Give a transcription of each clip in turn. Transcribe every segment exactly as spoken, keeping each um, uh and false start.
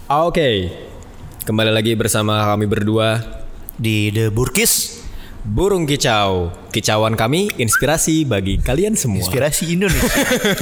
Oke, kembali lagi bersama kami berdua di The Burkis Burung Kicau. Kicauan kami inspirasi bagi kalian semua. Inspirasi Indonesia.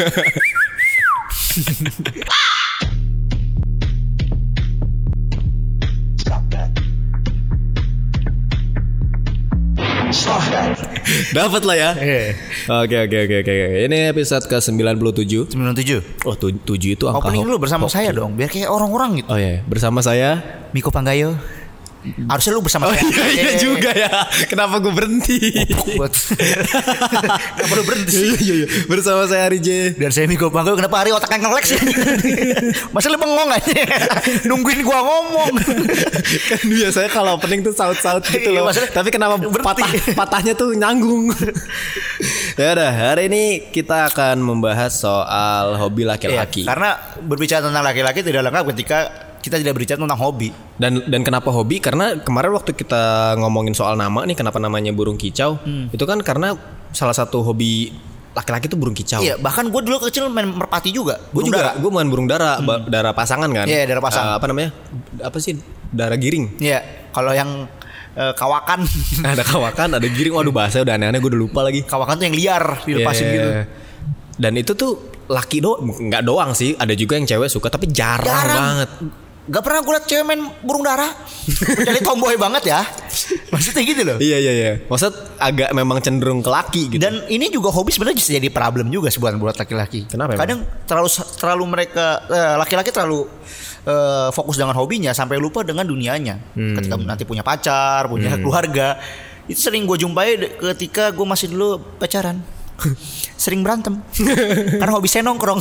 Dapat lah ya. Oke oke oke oke. Ini episode ke sembilan puluh tujuh. sembilan puluh tujuh. Oh, tujuh itu angka. Opening dulu bersama hoki. saya dong, biar kayak orang-orang gitu. Oh iya, bersama saya Miko Panggayo. Harusnya lu bersama Oh saya. iya, iya juga ya. Kenapa gue berhenti? Buat. Kenapa lu berhenti sih? Iya iya. Bersama saya Ari J. Dan saya Miko Panggayo. Kenapa Ari otaknya ngelek sih? Masa lu bengong aja? Nungguin gua ngomong. Kan biasanya kalau opening tuh saut-saut gitu Iya, loh. maksudnya Tapi kenapa berhenti. patah patahnya tuh nyanggung? Ya udah, hari ini kita akan membahas soal hobi laki-laki. Iya, karena berbicara tentang laki-laki tidak lengkap ketika kita tidak berbicara tentang hobi. Dan dan kenapa hobi? Karena kemarin waktu kita ngomongin soal nama nih, kenapa namanya burung kicau? Hmm. Itu kan karena salah satu hobi laki-laki tuh burung kicau. Iya, bahkan gue dulu kecil main merpati juga. Gue juga, gue main burung dara, hmm. dara pasangan kan? Iya, dara pasangan. Uh, apa namanya? Apa sih? Dara giring. Iya, kalau yang uh, kawakan. Ada kawakan, ada giring. Waduh, bahasa udah aneh-aneh, gue udah lupa lagi. Kawakan tuh yang liar, dilepasin yeah. gitu. Dan itu tuh laki do, nggak doang sih. Ada juga yang cewek suka, tapi jarang, jarang. banget. Gak pernah gue liat cewek main burung dara. Jadi tomboy banget ya. Maksudnya gitu loh. Iya iya iya. Maksud agak memang cenderung ke laki gitu. Dan ini juga hobi sebenarnya bisa jadi problem juga buat buat laki-laki. Kenapa? Kadang emang? terlalu terlalu mereka eh, laki-laki terlalu eh, fokus dengan hobinya sampai lupa dengan dunianya. Hmm. Ketika nanti punya pacar, punya hmm. keluarga, itu sering gue jumpai ketika gue masih dulu pacaran. Sering berantem karena hobi saya nongkrong.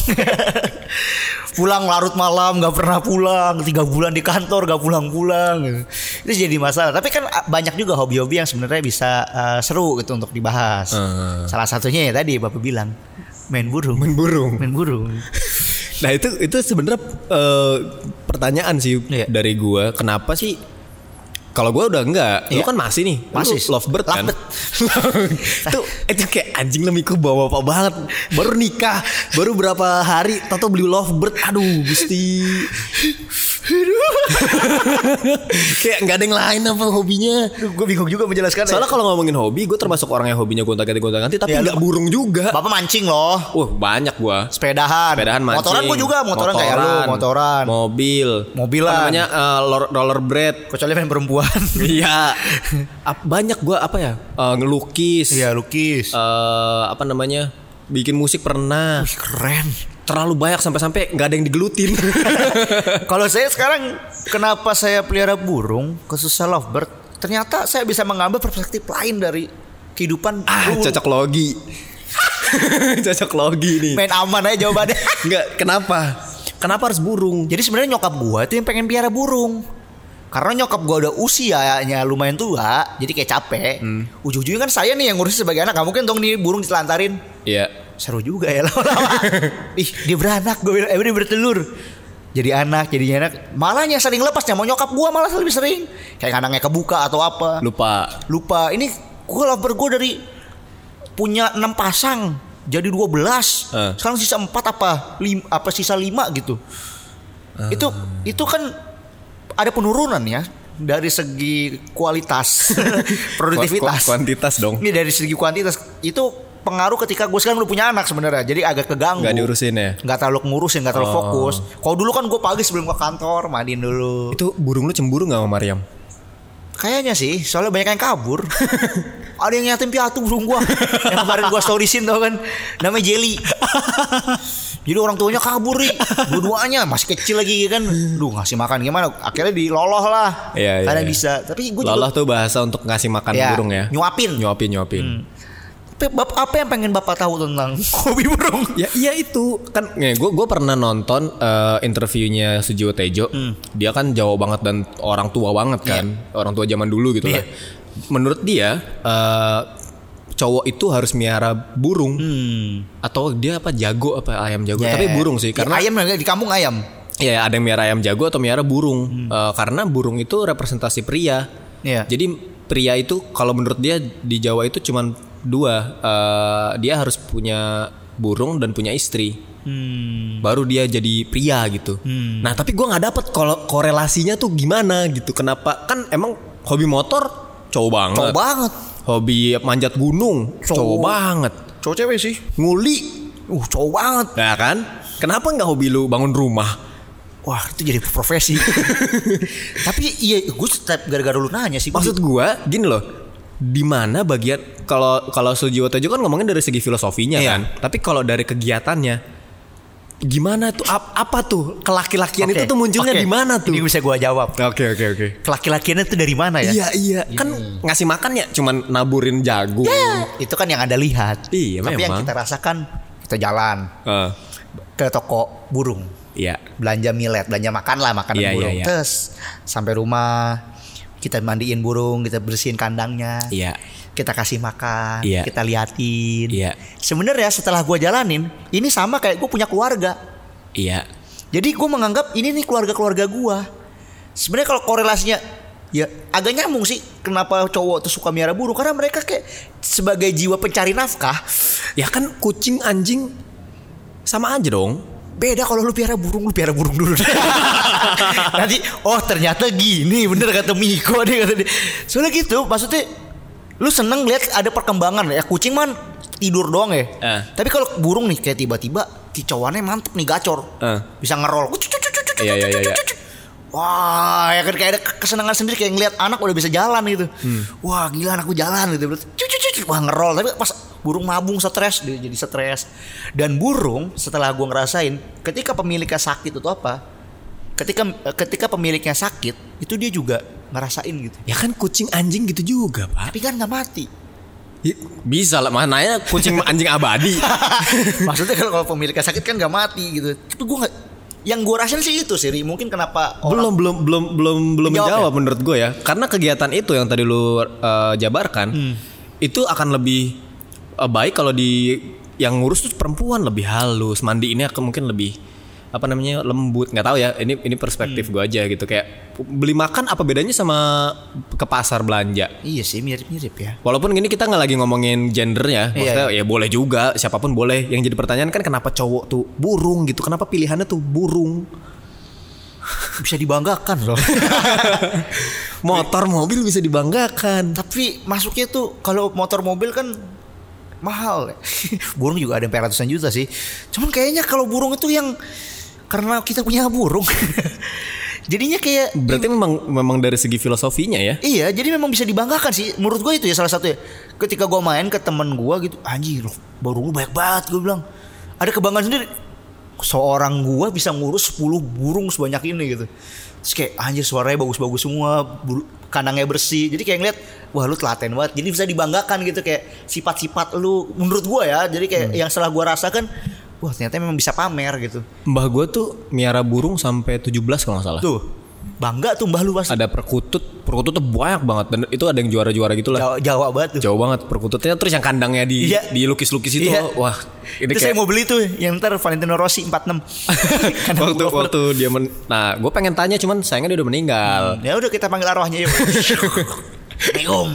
Pulang larut malam, gak pernah pulang. Tiga bulan di kantor gak pulang-pulang. Itu jadi masalah. Tapi kan banyak juga hobi-hobi yang sebenarnya bisa uh, seru gitu untuk dibahas. uh. Salah satunya ya tadi Bapak bilang main burung. Main burung Main burung. Nah itu itu sebenarnya uh, pertanyaan sih yeah. dari gue. Kenapa sih? Kalau gue udah enggak, yeah. lu kan masih nih, masih lovebird kan. Itu itu kayak anjing lah Miko bawa-bawa banget. Baru nikah, baru berapa hari, tato beli lovebird. Aduh, Gusti. Kayak nggak ada yang lain apa hobinya. Gue bingung juga menjelaskan. Soalnya ya. Kalau ngomongin hobi, gue termasuk orang yang hobinya gonta-ganti gonta-ganti, tapi nggak ya, burung juga. Bapak mancing loh. Wah banyak gue. Sepedahan. Sepedahan mancing. Motoran gue juga, motoran, motoran kayak lu, motoran. Mobil. Mobilan. Apa namanya uh, rollerblade. Kecuali main perempuan. Iya. Banyak gue apa ya? Uh, ngelukis. Iya lukis. Uh, apa namanya? Bikin musik pernah. Wih, keren. Terlalu banyak sampai-sampai nggak ada yang digelutin. Kalau saya sekarang kenapa saya pelihara burung khususnya lovebird? Ternyata saya bisa mengambil perspektif lain dari kehidupan. Ah, burung. Cocok logi. Cocok logi nih. Main aman aja jawabannya. Enggak, kenapa? Kenapa harus burung? Jadi sebenarnya nyokap gua itu yang pengen pelihara burung. Karena nyokap gue udah usianya lumayan tua, jadi kayak capek. Hmm. Ujung-ujungnya kan saya nih yang ngurusin sebagai anak. Gak mungkin dong nih burung ditelantarin. Iya. Seru juga ya lama-lama. Ih dia beranak, gue bilang, eh dia bertelur. Jadi anak, jadinya anak. Malahnya sering lepasnya, mau nyokap gue malah lebih sering. Kayak anaknya kebuka atau apa. Lupa. Lupa. Ini gue lover gue dari punya enam pasang jadi dua belas. Uh. Sekarang sisa empat apa? Lima, apa sisa lima gitu. Uh. Itu itu kan ada penurunan ya dari segi kualitas, produktivitas, kuantitas dong. Ini dari segi kuantitas itu pengaruh ketika gue sekarang udah punya anak sebenarnya, jadi agak keganggu. Gak diurusin ya? Gak terlalu ngurusin, gak terlalu oh. fokus. Kalau dulu kan gue pagi sebelum ke kantor mandiin dulu. Itu burung lu cemburu nggak sama Mariam? Kayaknya sih, soalnya banyak yang kabur. Ada yang yatim piatu burung gue. Yang kemarin gue storiesin tau kan, namanya Jelly. Jadi orang tuanya kabur nih, dua-duanya masih kecil lagi kan. Duh ngasih makan gimana? Akhirnya diloloh lah. Iya, karena iya. bisa. Tapi gue loloh tuh bahasa untuk ngasih makan ya, burung ya. Nyuapin. Nyuapin, nyuapin. Hmm. Tapi apa yang pengen bapak tahu tentang hobi burung? Ya iya itu kan. Nih, gue gue pernah nonton uh, interviewnya Sujiwo Tejo. Hmm. Dia kan Jawa banget dan orang tua banget kan. Yeah. Orang tua zaman dulu gitu yeah. kan. Menurut dia. Uh, cowok itu harus miara burung hmm. atau dia apa jago apa ayam jago yeah. tapi burung sih karena ya, ayam di kampung ayam ya ada yang miara ayam jago atau miara burung hmm. uh, karena burung itu representasi pria yeah. jadi pria itu kalau menurut dia di Jawa itu cuma dua uh, dia harus punya burung dan punya istri Hmm. Baru dia jadi pria gitu. Hmm. Nah tapi gue nggak dapet kalau korelasinya tuh gimana gitu. Kenapa? Kan emang hobi motor cowok banget. Cowok banget. Hobi manjat gunung cowok, cowok banget. Cowok cewek sih. Nguli, uh cowok banget. Ya kan? Kenapa nggak hobi lu bangun rumah? Wah itu jadi profesi. Tapi iya gue setiap gara-gara lu nanya sih. Maksud gue gini loh. Di mana bagian kalau kalau Sujiwo Tejo kan ngomongin dari segi filosofinya iya. kan. Tapi kalau dari kegiatannya gimana tuh apa tuh kelaki-lakian okay. itu tuh munculnya okay. di mana tuh? Ini bisa gue jawab. Oke okay, oke okay, oke. Okay. Kelaki-lakiannya tuh dari mana ya? Iya iya kan hmm. ngasih makan ya cuman naburin jagung. Yeah. Itu kan yang Anda lihat. Iya tapi memang. yang kita rasakan kita jalan uh. ke toko burung. Iya. Belanja millet, belanja makan lah makanan yeah, burung. Yeah, yeah. Terus sampai rumah kita mandiin burung, kita bersihin kandangnya. Iya. Kita kasih makan, iya. kita liatin. Iya. Sebenarnya setelah gue jalanin, ini sama kayak gue punya keluarga. Iya. Jadi gue menganggap ini nih keluarga-keluarga gue. Sebenarnya kalau korelasinya, ya agak nyambung sih. Kenapa cowok tuh suka miara burung? Karena mereka kayak sebagai jiwa pencari nafkah. Ya kan kucing, anjing sama aja dong. Beda kalau lu piara burung, lu piara burung dulu. Nanti, oh ternyata gini, bener kata Miko deh kata dia. Soalnya gitu, maksudnya lu seneng lihat ada perkembangan ya. Kucing man tidur doang ya. Uh. Tapi kalau burung nih kayak tiba-tiba kicauannya mantep nih gacor. Uh. Bisa ngerol. Iya iya iya. Wah, ya kan kayak ada kesenangan sendiri kayak ngeliat anak udah bisa jalan gitu. Hmm. Wah, gila anakku jalan gitu. Wah, ngerol. Tapi pas burung mabung stres, dia jadi stres. Dan burung setelah gua ngerasain ketika pemiliknya sakit atau apa, ketika ketika pemiliknya sakit, itu dia juga ngerasain gitu. Ya kan kucing anjing gitu juga, Pak. Tapi kan nggak mati. Ya, bisa lah, mananya kucing anjing abadi. Maksudnya kalau pemiliknya sakit kan nggak mati gitu. Tapi gue nggak. Yang gue rasain sih itu sih, mungkin kenapa belum belum belum belum belum menjawab ya? Menurut gue ya. Karena kegiatan itu yang tadi lu uh, jabarkan, hmm. itu akan lebih uh, baik kalau di yang ngurus tuh perempuan, lebih halus, mandi ini akan mungkin lebih apa namanya lembut, nggak tahu ya, ini ini perspektif hmm. gue aja gitu. Kayak beli makan apa bedanya sama ke pasar belanja? Iya sih, mirip-mirip ya. Walaupun gini kita nggak lagi ngomongin gender ya, maksudnya iya, iya. ya boleh juga, siapapun boleh. Yang jadi pertanyaan kan kenapa cowok tuh burung gitu, kenapa pilihannya tuh burung? Bisa dibanggakan loh. Motor mobil bisa dibanggakan, tapi masuknya tuh kalau motor mobil kan mahal. Burung juga ada yang ratusan juta sih. Cuman kayaknya kalau burung itu yang karena kita punya burung jadinya kayak berarti memang memang dari segi filosofinya ya. Iya, jadi memang bisa dibanggakan sih. Menurut gue itu ya salah satu ya. Ketika gue main ke temen gue gitu, anjir burung lu banyak banget, gue bilang. Ada kebanggaan sendiri. Seorang gue bisa ngurus sepuluh burung sebanyak ini gitu. Terus kayak anjir suaranya bagus-bagus semua, bur- kandangnya bersih. Jadi kayak ngeliat, wah lu telaten banget. Jadi bisa dibanggakan gitu kayak sifat-sifat lu menurut gue ya. Jadi kayak hmm. yang setelah gue rasakan, wah ternyata memang bisa pamer gitu. Mbah gue tuh miara burung sampai tujuh belas kalau gak salah. Tuh bangga tuh mbah lu pasti. Ada perkutut, perkutut tuh banyak banget. Dan itu ada yang juara-juara gitu lah. Jawa, Jawa banget tuh. Jawa banget perkututnya. Terus yang kandangnya di iya. dilukis-lukis itu iya. Wah ini itu kayak... saya mau beli tuh yang ntar Valentino Rossi empat enam. waktu, waktu dia men... Nah gue pengen tanya cuman sayangnya dia udah meninggal. hmm, Ya udah kita panggil arwahnya yuk. Assalamualaikum.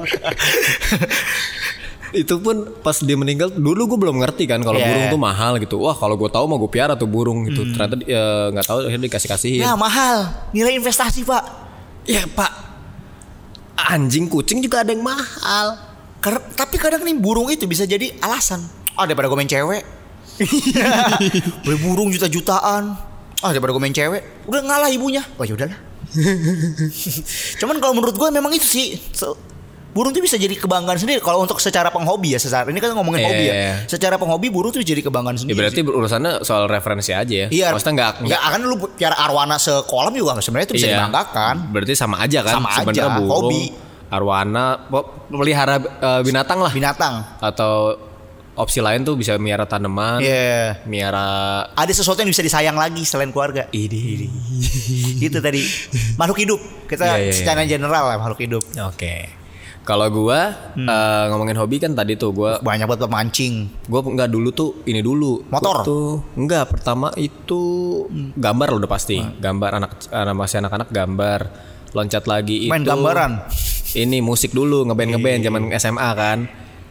Itu pun pas dia meninggal dulu gue belum ngerti kan kalau yeah. burung tuh mahal gitu. Wah kalau gue tahu mau gue piara tuh burung gitu. Hmm. Ternyata nggak uh, tahu akhirnya dikasih kasihin. Ya mahal, nilai investasi pak. Ya pak, anjing kucing juga ada yang mahal. Karena, tapi kadang nih burung itu bisa jadi alasan. Ah daripada gue main cewek. Beli burung juta-jutaan. Ah daripada gue main cewek, udah ngalah ibunya. Wah yaudahlah. Cuman kalau menurut gue memang itu sih. So, burung tuh bisa jadi kebanggaan sendiri kalau untuk secara penghobi ya. Secara ini kan ngomongin yeah, hobi ya. Secara penghobi burung tuh jadi kebanggaan sendiri. Ya berarti sih. Urusannya soal referensi aja ya. Iya. Maksudnya enggak enggak akan lu piara arwana sekolam juga sebenarnya itu bisa iya. dibanggakan. Berarti sama aja kan. Sama sebenarnya aja. Burung, hobi. Arwana pelihara uh, binatang lah. Binatang. Atau opsi lain tuh bisa miara tanaman. Iya. Yeah. Miara. Ada sesuatu yang bisa disayang lagi selain keluarga. Ini. ini. Itu tadi makhluk hidup. Kita yeah, yeah, secara yeah. general lah makhluk hidup. Oke. Okay. Kalau gue hmm. uh, ngomongin hobi kan tadi tuh gue banyak buat pemancing. Gue nggak dulu tuh ini dulu. Motor. Gua tuh nggak. Pertama itu gambar lo udah pasti. Hmm. Gambar anak, anak masih anak-anak gambar. Loncat lagi main itu. Main gambaran. Ini musik dulu ngeband ngeband zaman S M A kan.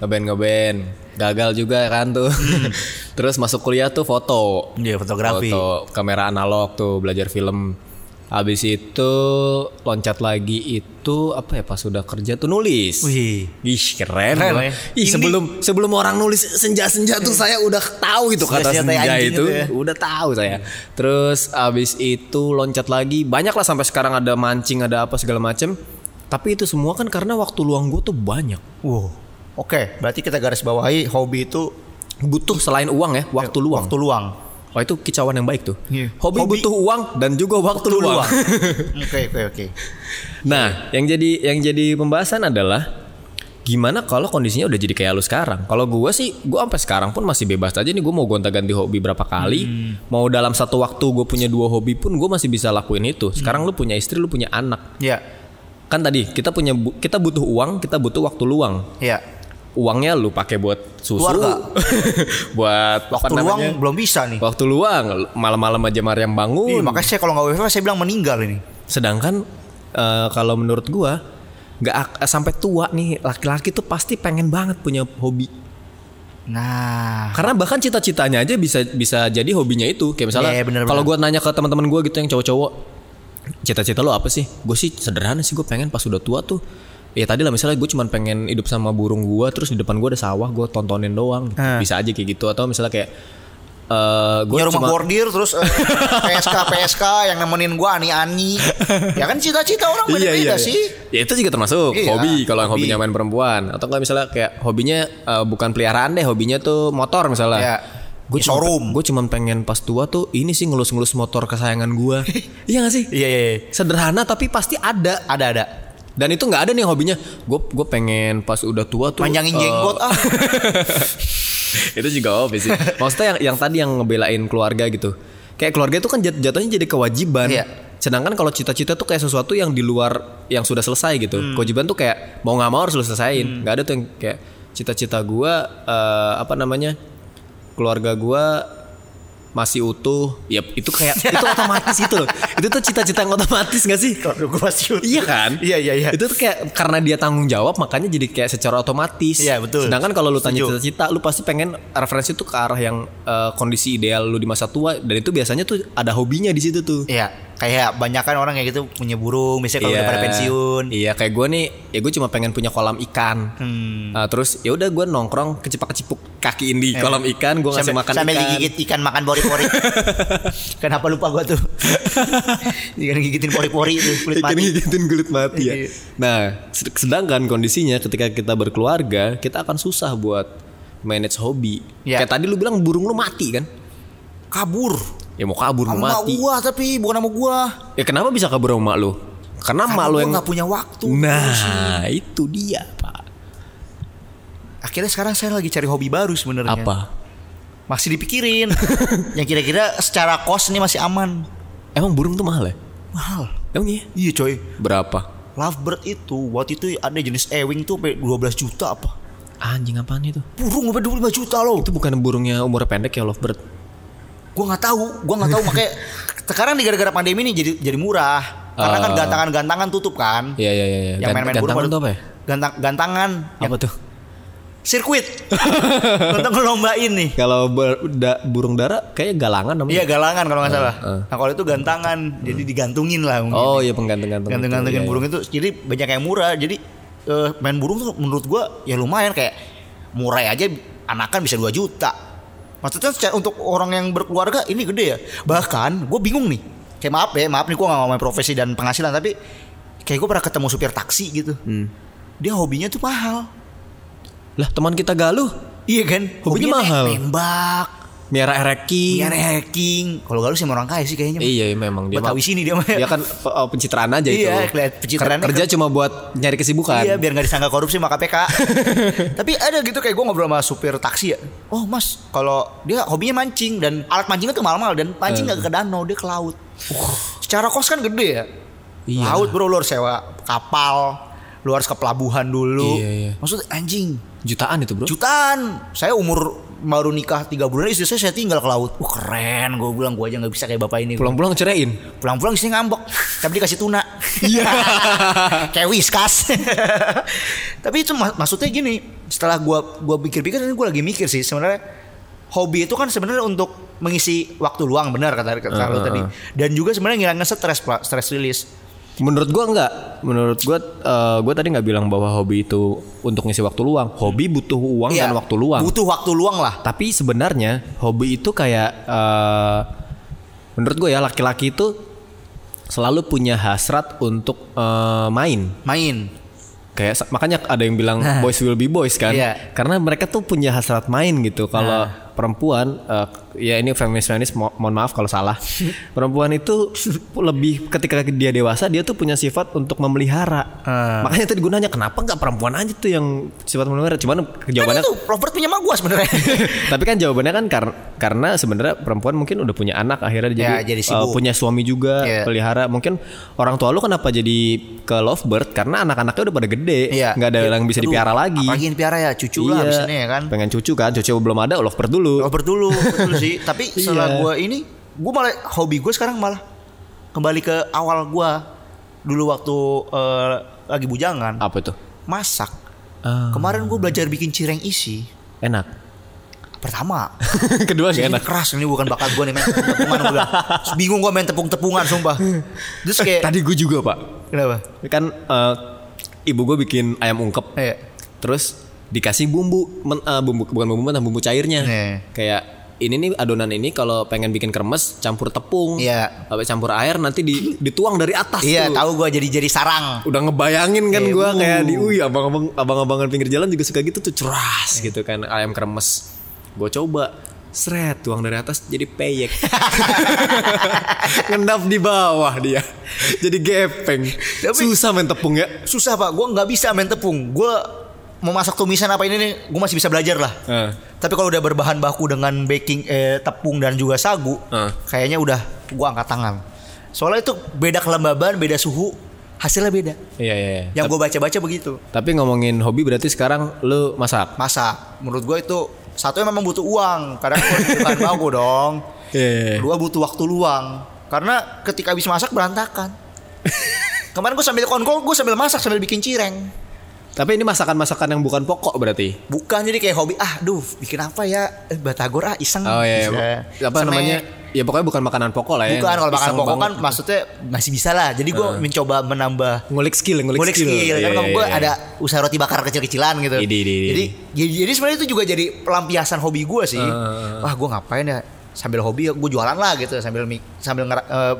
ngeband ngeband, gagal juga kan tuh. Terus masuk kuliah tuh foto, iya fotografi, foto kamera analog tuh belajar film. Habis itu loncat lagi itu apa ya pas sudah kerja tuh nulis. Wih, ih keren, keren ya. Ih sebelum sebelum orang nulis senja-senja tuh saya udah tahu itu kata senja itu, ya. Udah tahu saya. Terus habis itu loncat lagi, banyak lah sampai sekarang ada mancing ada apa segala macem. Tapi itu semua kan karena waktu luang gue tuh banyak. Wow. Oke, berarti kita garis bawahi hobi itu butuh selain uang ya, waktu luang. Waktu luang. Wah itu kicauan yang baik tuh. Yeah. Hobi, Hobi butuh uang dan juga waktu, waktu luang. Oke oke oke. Nah, yang jadi yang jadi pembahasan adalah gimana kalau kondisinya udah jadi kayak lu sekarang. Kalau gue sih, gue sampai sekarang pun masih bebas aja nih. Gue mau gonta-ganti hobi berapa kali. Hmm. Mau dalam satu waktu gue punya dua hobi pun gue masih bisa lakuin itu. Sekarang hmm. lu punya istri, lu punya anak. Iya. Yeah. Kan tadi kita punya kita butuh uang, kita butuh waktu luang. Iya. Yeah. Uangnya lu pakai buat susu, buat waktu apa luang namanya? Belum bisa nih. Waktu luang malam-malam aja Mariam bangun. Iya, makanya saya kalau nggak W F H saya bilang meninggal ini. Sedangkan uh, kalau menurut gua nggak sampai tua nih laki-laki tuh pasti pengen banget punya hobi. Nah, karena bahkan cita-citanya aja bisa bisa jadi hobinya itu. Kayak misalnya yeah, kalau gua nanya ke teman-teman gua gitu yang cowok-cowok, cita-cita lo apa sih? Gue sih sederhana sih, gue pengen pas udah tua tuh ya tadi lah misalnya gue cuma pengen hidup sama burung gue, terus di depan gue ada sawah, gue tontonin doang. Hmm. Bisa aja kayak gitu. Atau misalnya kayak uh, gue punya rumah cuma bordir, terus uh, P S K P S K yang nemenin gue ani-ani. Ya kan cita-cita orang beda-beda iya, iya, sih. Ya itu juga termasuk iya, hobi. Kalau yang hobinya main perempuan. Atau kalau misalnya kayak hobinya uh, bukan peliharaan deh, hobinya tuh motor misalnya. Iya. Gue showroom. Gue cuma pengen pas tua tuh ini sih ngelus-ngelus motor kesayangan gue. Iya gak sih? Iya, iya iya. Sederhana tapi pasti ada. Ada ada. Dan itu nggak ada nih hobinya. Gue gue pengen pas udah tua tuh panjangin uh, jenggot ah. Itu juga hobi sih. Maksudnya yang yang tadi yang ngebelain keluarga gitu. Kayak keluarga itu kan jat- jatuhnya jadi kewajiban. Iya. Sedangkan kalau cita-cita tuh kayak sesuatu yang di luar yang sudah selesai gitu. Hmm. Kewajiban tuh kayak mau nggak mau harus selesaiin. Hmm. Nggak ada tuh yang kayak cita-cita gue uh, apa namanya keluarga gue masih utuh, ya itu kayak itu otomatis itu loh. Itu tuh cita-cita yang otomatis nggak sih? Kalau gue masih utuh. Iya kan? Iya iya iya. Itu tuh kayak karena dia tanggung jawab makanya jadi kayak secara otomatis. Iya betul. Sedangkan kalau lu tanya cita-cita, lu pasti pengen referensi tuh ke arah yang uh, kondisi ideal lu di masa tua, dan itu biasanya tuh ada hobinya di situ tuh. Iya. Kayak banyak kan orang kayak gitu punya burung, misalnya kalau iya, udah pada pensiun. Iya, kayak gue nih, ya gue cuma pengen punya kolam ikan. Hmm. Uh, terus ya udah gue nongkrong kecipak-kecipuk kakiin di eh. kolam ikan, gue ngasih makan sambil ikan. Sambil digigit ikan makan pori-pori. Kenapa lupa gue tuh? Ikan gigitin pori-pori itu kulit mati. Ikan gigitin kulit mati ya. Nah, sedangkan kondisinya ketika kita berkeluarga, kita akan susah buat manage hobi. Ya. Kayak tadi lu bilang burung lu mati kan? Kabur. Ya mau kabur mau mati. Sama gua tapi bukan sama gua. Ya kenapa bisa kabur sama mak lu? Karena, Karena mak lu yang gak punya waktu. Nah itu dia pak. Akhirnya sekarang saya lagi cari hobi baru sebenarnya. Apa? Masih dipikirin. Yang kira-kira secara cost ini masih aman. Emang burung tuh mahal ya? Mahal. Emang iya? Iya coy. Berapa? Lovebird itu waktu itu ada jenis ewing tuh sampai dua belas juta apa? Anjing apaan itu? Burung sampai dua puluh lima juta loh. Itu bukan burungnya umur pendek ya lovebird? Gue nggak tahu, gue nggak tahu makanya sekarang di gara-gara pandemi ini jadi jadi murah karena uh, kan gantangan-gantangan tutup kan. Iya iya iya. Yang Gant- main-main gantangan burung itu apa ya? Gantang gantangan. Apa tuh? Sirkuit. Untuk ngelombain nih. Kalau ber- da- burung dara kayak galangan namanya. Iya galangan kalau nggak uh, salah. Uh. Nah kalau itu gantangan, hmm. jadi digantungin lah. Mungkin. Oh iya penggantung-gantung. Gantung-gantungin iya, burung iya. itu, jadi banyak yang murah. Jadi uh, main burung tuh menurut gue ya lumayan, kayak murah aja anakan bisa dua juta. Maksudnya untuk orang yang berkeluarga ini gede ya. Bahkan gue bingung nih. Kayak maaf ya, maaf nih gue gak ngomongin profesi dan penghasilan, tapi kayak gue pernah ketemu supir taksi gitu. Hmm. Dia hobinya tuh mahal. Lah teman kita Galuh. Iya kan? Hobinya, hobinya mahal. Nembak, miara hacking. Miara hacking. Kalau Galuh sih orang kaya sih kayaknya. Iya memang dia. Betawi sini dia mah. Dia kan oh, pencitraan aja itu. Iya, pencitraan. Kerja cuma buat nyari kesibukan. Iya, biar enggak disangka korupsi sama K P K. Tapi ada gitu kayak gue ngobrol sama supir taksi ya. Oh, Mas, kalau dia hobinya mancing dan alat mancingnya tuh mahal-mahal dan mancing enggak uh. ke danau, dia ke laut. Uh. Secara kos kan gede ya. Iya. Laut bro, lu harus sewa kapal, lu harus ke pelabuhan dulu. Iya, iya. Maksudnya anjing. Jutaan itu bro. Jutaan. Saya umur baru nikah tiga bulan, istri saya saya tinggal ke laut. Wah keren, gue bilang gue aja nggak bisa kayak bapak ini. Pulang-pulang ceraiin. Pulang-pulang istri ngambek, tapi dikasih tuna. Iya. Kayak Whiskas. Tapi itu mak- maksudnya gini, setelah gue gue pikir-pikir ini gue lagi mikir sih sebenarnya hobi itu kan sebenarnya untuk mengisi waktu luang, benar kata kata uh, lo tadi, dan juga sebenarnya ngilangin stres, Pak, stres release. Menurut gue enggak, menurut gue uh, gue tadi nggak bilang bahwa hobi itu untuk ngisi waktu luang. Hobi butuh uang iya, dan waktu luang. Butuh waktu luang lah. Tapi sebenarnya hobi itu kayak uh, menurut gue ya laki-laki itu selalu punya hasrat untuk uh, main. Main. Kayak makanya ada yang bilang boys will be boys kan, iya. Karena mereka tuh punya hasrat main gitu. Kalau nah. perempuan, uh, ya ini feminis-feminis, mo- mohon maaf kalau salah. Perempuan itu lebih ketika dia dewasa dia tuh punya sifat untuk memelihara. Uh. Makanya tadi gunanya kenapa nggak perempuan aja tuh yang sifat memelihara? Cuman jawabannya kan itu Robert punya mah gua sebenarnya. Tapi kan jawabannya kan kar- karena sebenarnya perempuan mungkin udah punya anak akhirnya jadi, ya, jadi uh, punya suami juga, yeah. pelihara. Mungkin orang tua lu kenapa jadi ke lovebird karena anak-anaknya udah pada gede, yeah. nggak ada yeah. yang bisa Aduh, dipiara lagi. Apalagi yang dipiara ya cucu iya. lah misalnya ya kan. Pengen cucu kan, cucu belum ada, lovebird dulu. Lovebird dulu. Betul sih, tapi setelah yeah. gue ini, gue malah hobi gue sekarang malah kembali ke awal gue dulu waktu uh, lagi bujangan. Apa itu? Masak. Uh. Kemarin gue belajar bikin cireng isi. Enak. Pertama. Kedua gak enak. Keras, ini bukan bakat gue nih main tepung-tepungan. Gue bingung gue main tepung-tepungan sumpah. Terus kayak tadi gue juga, Pak. Kenapa? Kan uh, ibu gue bikin ayam ungkep. Eh. Terus dikasih bumbu, men, uh, bumbu bukan bumbu mentah, bumbu cairnya. Eh. Kayak ini nih adonan ini kalau pengen bikin kremes campur tepung, iya. sampai campur air nanti di, dituang dari atas. Iya, tuh. Tahu gue jadi jadi sarang. Udah ngebayangin kan eh, gue uh. kayak di uy abang-abang abang-abangan pinggir jalan juga suka gitu tuh ceras eh. gitu kan ayam kremes. Gue coba seret tuang dari atas jadi peyek. Ngendap di bawah dia. Jadi gepeng. Tapi, susah main tepung ya. Susah, Pak. Gue nggak bisa main tepung. Gue mau masak tumisan apa ini nih, gue masih bisa belajar lah. Uh. Tapi kalau udah berbahan baku dengan baking eh, tepung dan juga sagu, uh. kayaknya udah gue angkat tangan. Soalnya itu beda kelembaban, beda suhu, hasilnya beda. Iya iya. iya. Yang gue baca-baca begitu. Tapi ngomongin hobi berarti sekarang lu masak? Masak. Menurut gue itu satu memang butuh uang, kadang gue bahan baku dong. Yeah. Kedua butuh waktu luang, karena ketika habis masak berantakan. Kemarin gue sambil kongkol, gue sambil masak sambil bikin cireng. Tapi ini masakan-masakan yang bukan pokok berarti? Bukan, jadi kayak hobi. Ah, duh, bikin apa ya? Eh, batagor ah, iseng. Oh iya, iya. Apa Senek. namanya? Ya pokoknya bukan makanan pokok lah ya. Bukan, kalau makanan pokok kan maksudnya masih bisa lah. Jadi gue uh. mencoba menambah ngulik skill, ngulik, ngulik skill. skill. Yeah, kan yeah, gue yeah. ada usaha roti bakar kecil-kecilan gitu. Idi, idi, idi. Jadi, jadi, jadi sebenarnya itu juga jadi pelampiasan hobi gue sih. Uh. Wah, gue ngapain ya? Sambil hobi, gue jualan lah gitu. Sambil sambil ngera, uh,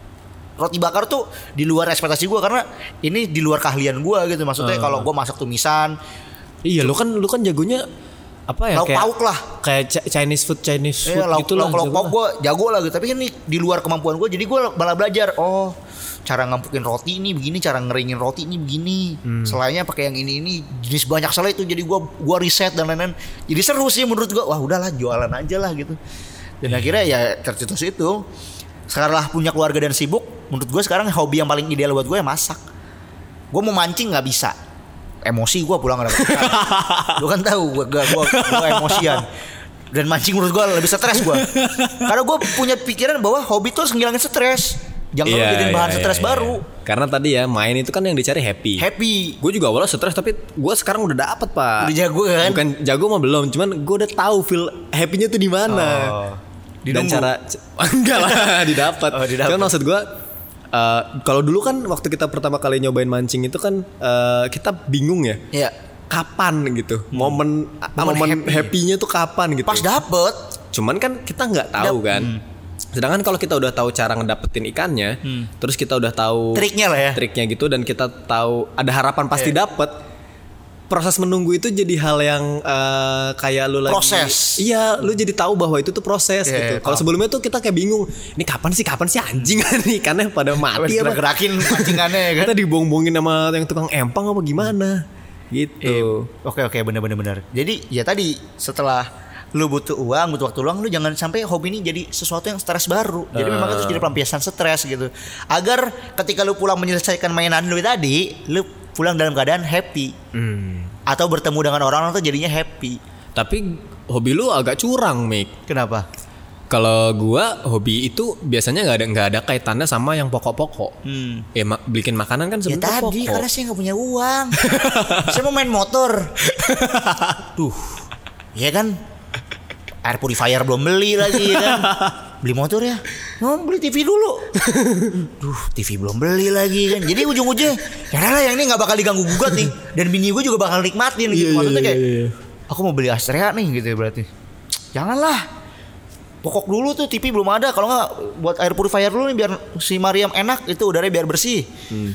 roti bakar tuh di luar ekspektasi gue karena ini di luar keahlian gue gitu. Maksudnya uh. kalau gue masak tumisan, iya lu kan lu kan jagonya apa ya, lauk pauk lah, kayak Chinese food Chinese food eh, gitu lah. Lauk pauk gue jago lah gitu. Tapi ini di luar kemampuan gue, jadi gue malah belajar. Oh, cara ngampukin roti ini begini, cara ngeringin roti ini begini. Hmm. Selainnya pakai yang ini ini jenis banyak salah itu. Jadi gue gue riset dan lain-lain. Jadi seru sih menurut gue. Wah udahlah jualan aja lah gitu. Dan yeah. akhirnya ya tercetus itu. Sekarang lah punya keluarga dan sibuk. Menurut gue sekarang hobi yang paling ideal buat gue ya masak. Gue mau mancing nggak bisa, emosi gue pulang nggak dapat. Gue kan tahu gue gue gue emosian. Dan mancing menurut gue lebih stres gue. Karena gue punya pikiran bahwa hobi tuh harus ngilangin stres. Jangan yeah, jadiin bahan yeah, stres yeah, baru. Yeah. Karena tadi ya main itu kan yang dicari happy. Happy. Gue juga awalnya stres tapi gue sekarang udah dapet, Pak. Udah jago kan? Bukan jago mah belum, cuman gue udah tahu feel happy-nya tuh di mana. Oh. Dan cara enggak lah didapat. Oh, Cuman maksud gue uh, kalau dulu kan waktu kita pertama kali nyobain mancing itu kan uh, kita bingung ya. Iya. Kapan gitu. Hmm. Momen momen, momen happy. happy-nya tuh kapan gitu. Pas dapet. Cuman kan kita enggak tahu Dap- kan. Hmm. Sedangkan kalau kita udah tahu cara ngedapetin ikannya, hmm. terus kita udah tahu triknya lah ya. Triknya gitu dan kita tahu ada harapan pasti yeah. dapet. Proses menunggu itu jadi hal yang uh, kayak lu lagi proses. Iya, lu jadi tahu bahwa itu tuh proses yeah, gitu. Kalau sebelumnya tuh kita kayak bingung, ini kapan sih kapan sih anjing nih karena pada mati apa gerakin pancingannya ya kan. Kita dibohong-bohongin sama yang tukang empang apa gimana gitu. Eh, oke oke benar-benar benar. Jadi ya tadi setelah lu butuh uang, butuh waktu luang, lu jangan sampai hobi ini jadi sesuatu yang stres baru. Jadi uh. memang itu jadi pelampiasan stres gitu. Agar ketika lu pulang menyelesaikan mainan lu tadi, lu pulang dalam keadaan happy. Hmm. Atau bertemu dengan orang-orang tuh jadinya happy. Tapi hobi lu agak curang, Mik. Kenapa? Kalau gua hobi itu biasanya nggak ada nggak ada kaitannya sama yang pokok-pokok. Hmm. Ya ma- bikin makanan kan sebenarnya ya tadi pokok. Karena saya nggak punya uang. Saya mau main motor. Tuh, ya kan. Air purifier belum beli lagi kan. Beli motor ya. Mau beli T V dulu. Duh, T V belum beli lagi kan. Jadi ujung-ujungnya ya lah yang ini nggak bakal diganggu gugat nih. Dan bini gue juga bakal nikmatin gitu. Maksudnya kayak aku mau beli Astrea nih gitu ya berarti. Janganlah. Pokok dulu tuh T V belum ada. Kalau nggak buat air purifier dulu nih biar si Mariam enak itu udaranya biar bersih. Hmm.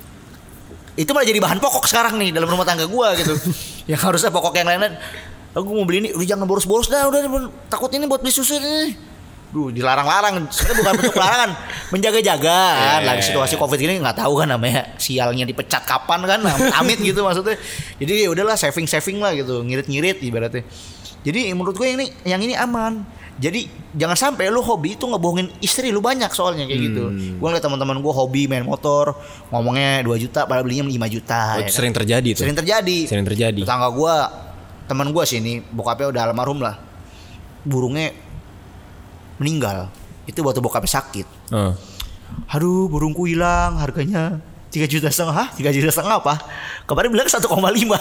Itu malah jadi bahan pokok sekarang nih dalam rumah tangga gue gitu. Yang harusnya pokok yang lain-lain. Aku mau beli ini, udah jangan boros-boros dah, udah takut ini buat beli susu ini. Duh, dilarang-larang. Sebenarnya bukan bentuk larangan, menjaga-jaga kan. Lagi situasi Covid gini nggak tahu kan namanya sialnya dipecat kapan kan, amit gitu maksudnya. Jadi udahlah saving-saving lah gitu, ngirit-ngirit ibaratnya. Jadi menurut gue ini yang ini aman. Jadi jangan sampai lu hobi itu ngebohongin istri lu banyak soalnya kayak hmm. gitu. Gue ngeliat teman-teman gue hobi main motor, ngomongnya dua juta, padahal belinya lima juta. Oh, ya sering kan? terjadi tuh. Sering terjadi. Sering terjadi. Tetangga gue, teman gue sih ini, bokapnya udah almarhum lah. Burungnya meninggal. Itu waktu bokapnya sakit. Uh. Aduh, burungku hilang, harganya tiga juta setengah. Hah? tiga juta setengah apa? Kemarin bilang satu koma lima.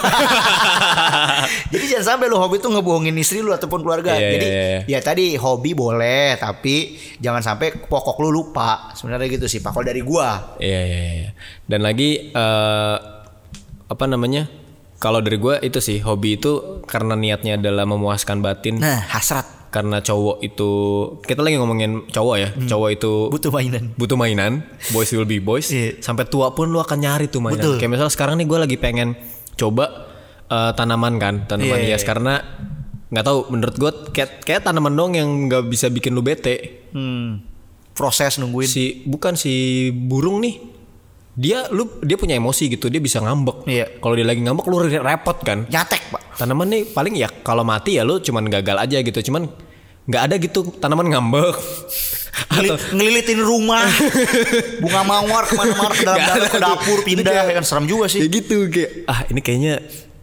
Jadi jangan sampai lu hobi tuh ngebohongin istri lu ataupun keluarga. Yeah, Jadi yeah, yeah. ya tadi hobi boleh, tapi jangan sampai pokok lu lupa. Sebenarnya gitu sih Pak, kalau dari gua. Iya yeah, iya yeah, yeah. Dan lagi uh, apa namanya? Kalau dari gua itu sih, hobi itu karena niatnya adalah memuaskan batin. Nah, hasrat. Karena cowok itu, kita lagi ngomongin cowok ya, hmm. cowok itu butuh mainan, butuh mainan, boys will be boys. Yeah. Sampai tua pun lu akan nyari tuh mainan. Betul. Kayak misalnya sekarang nih gue lagi pengen coba uh, tanaman kan, tanaman yeah, hias yeah. Karena nggak tahu, menurut gue kayak, kayak tanaman dong yang nggak bisa bikin lu bete. Hmm. Proses nungguin. Si bukan si burung nih, dia lu dia punya emosi gitu, dia bisa ngambek. Yeah. Kalau dia lagi ngambek lu repot kan. Nyatek Pak. Tanaman nih paling ya kalau mati ya lu cuman gagal aja gitu, cuman nggak ada gitu tanaman ngambek. Atau ngelilitin rumah, bunga mawar kemana-mana ke dalam ke dapur pindah, kayak kan serem juga sih. Ya gitu kayak ah ini kayaknya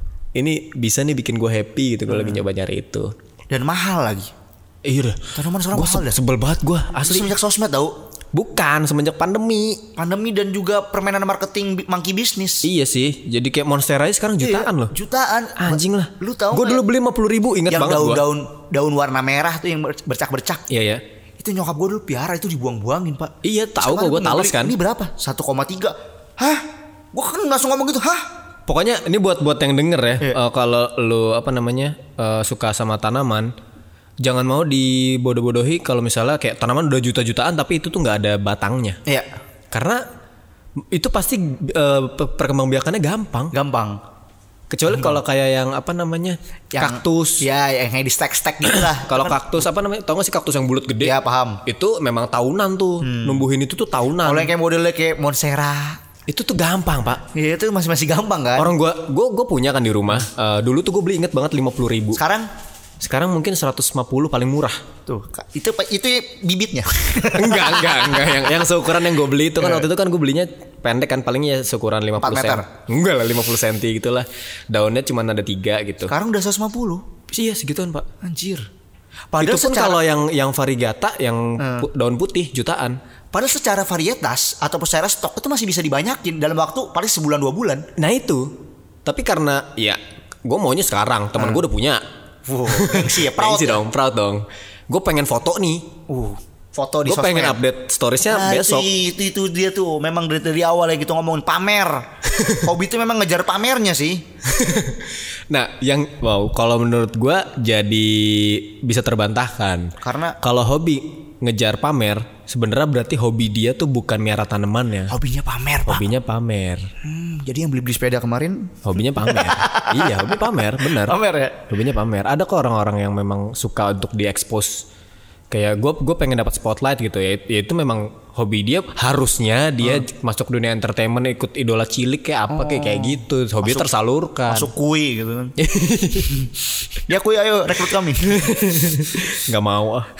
ini bisa nih bikin gue happy gitu kalau hmm. lagi nyoba nyari itu. Dan mahal lagi. Eh, iya dah. Tanaman sekarang mahal dah. Sebel banget gue asli. Semenjak sosmed tau. Bukan, semenjak pandemi. Pandemi dan juga permainan marketing monkey business. Iya sih, jadi kayak Monster aja sekarang jutaan iya, loh. Jutaan. Anjing lah. Lu tahu? Gue dulu beli lima puluh ribu, ingat banget gue. Yang daun-daun daun warna merah tuh yang bercak-bercak. Iya ya. Itu nyokap gue dulu piara, itu dibuang-buangin Pak. Iya tahu kok, gue tales kan. Ini berapa? satu koma tiga. Hah? Gue kan langsung ngomong gitu, hah? Pokoknya ini buat buat yang denger ya. Iya. Uh, kalau lu apa namanya uh, suka sama tanaman. Jangan mau dibodoh-bodohi kalau misalnya kayak tanaman udah juta-jutaan tapi itu tuh nggak ada batangnya. Iya. Karena itu pasti uh, perkembangbiakannya gampang. Gampang. Kecuali kalau kayak yang apa namanya yang, kaktus. Ya yang kayak di stack-stack gitu lah. Kalau kaktus apa namanya? Tahu nggak sih kaktus yang bulat gede? Ya paham. Itu memang tahunan tuh. Hmm. Numbuhin itu tuh tahunan. Kalau yang kayak modelnya kayak Monstera. Itu tuh gampang Pak. Iya itu masih masih gampang kan. Orang gua gua gua punya kan di rumah. Uh, dulu tuh gue beli inget banget lima puluh ribu. Sekarang Sekarang mungkin seratus lima puluh paling murah. Tuh, itu itu bibitnya. enggak, enggak, enggak yang yang seukuran yang gue beli itu kan waktu itu kan gue belinya pendek kan palingnya seukuran lima puluh sentimeter. Enggak lah lima puluh sentimeter gitulah. Daunnya cuma ada tiga gitu. Sekarang udah seratus lima puluh. Iya segituan, Pak. Anjir. Padahal itu pun secara, kalau yang yang variegata yang hmm. daun putih jutaan. Padahal secara varietas atau secara stok itu masih bisa dibanyakin dalam waktu paling sebulan dua bulan. Nah itu. Tapi karena ya gue maunya sekarang, teman hmm. gue udah punya. Wow, gengsi ya, proud gengsi ya? dong, proud dong. Gue pengen foto nih. Uh, foto di sosmed. Gue pengen update storiesnya nah, besok. Itu, itu dia tuh, memang dari, dari awal ya gitu ngomongin pamer. Hobi itu memang ngejar pamernya sih. Nah, yang wow, kalau menurut gue jadi bisa terbantahkan. Karena kalau hobi ngejar pamer, sebenarnya berarti hobi dia tuh bukan miara tanamannya. Hobinya pamer, Pak. Hobinya pamer. Hmm, jadi yang beli-beli sepeda kemarin hobinya pamer. Iya, hobi pamer, benar. Pamer ya. Hobinya pamer. Ada kok orang-orang yang memang suka untuk diekspos. Kayak gue, gue pengen dapat spotlight gitu ya. Ya itu memang hobi dia. Harusnya dia hmm. masuk dunia entertainment, ikut idola cilik kayak apa oh. kayak kayak gitu. Hobi masuk, tersalurkan. Masuk kui gitu kan. Ya kui ayo rekrut kami. Gak mau ah.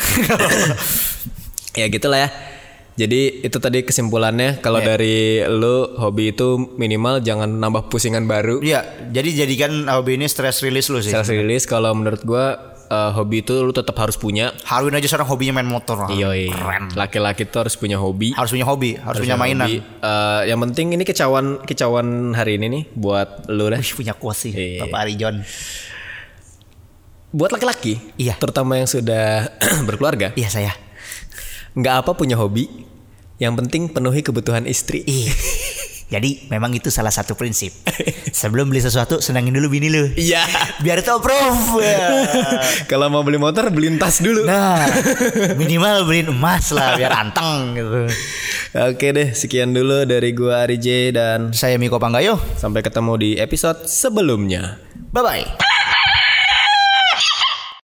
Ya gitulah ya. Jadi itu tadi kesimpulannya. Kalau yeah. dari lu hobi itu minimal jangan nambah pusingan baru. Iya. Jadi jadikan hobi ini stress release lu sih. Stress release. Kalau menurut gue uh, hobi itu lu tetap harus punya. Harwin aja sekarang hobinya main motor. Iya, keren. Laki-laki tuh harus punya hobi. Harus punya hobi, harus, harus punya mainan. Uh, yang penting ini kecauan kecauan hari ini nih buat lu dah. Wih, punya kuas sih, iya. Bapak Arijon. Buat laki-laki, iya. Terutama yang sudah berkeluarga. Iya saya. Nggak apa punya hobi, yang penting penuhi kebutuhan istri. Iya. Jadi memang itu salah satu prinsip. Sebelum beli sesuatu senangin dulu bini lu. Iya. Biar itu approve. Kalau mau beli motor beliin tas dulu. Nah, minimal beliin emas lah biar anteng gitu. Oke deh, sekian dulu dari gua Ari J dan saya Miko Panggayo. Sampai ketemu di episode sebelumnya. Bye bye.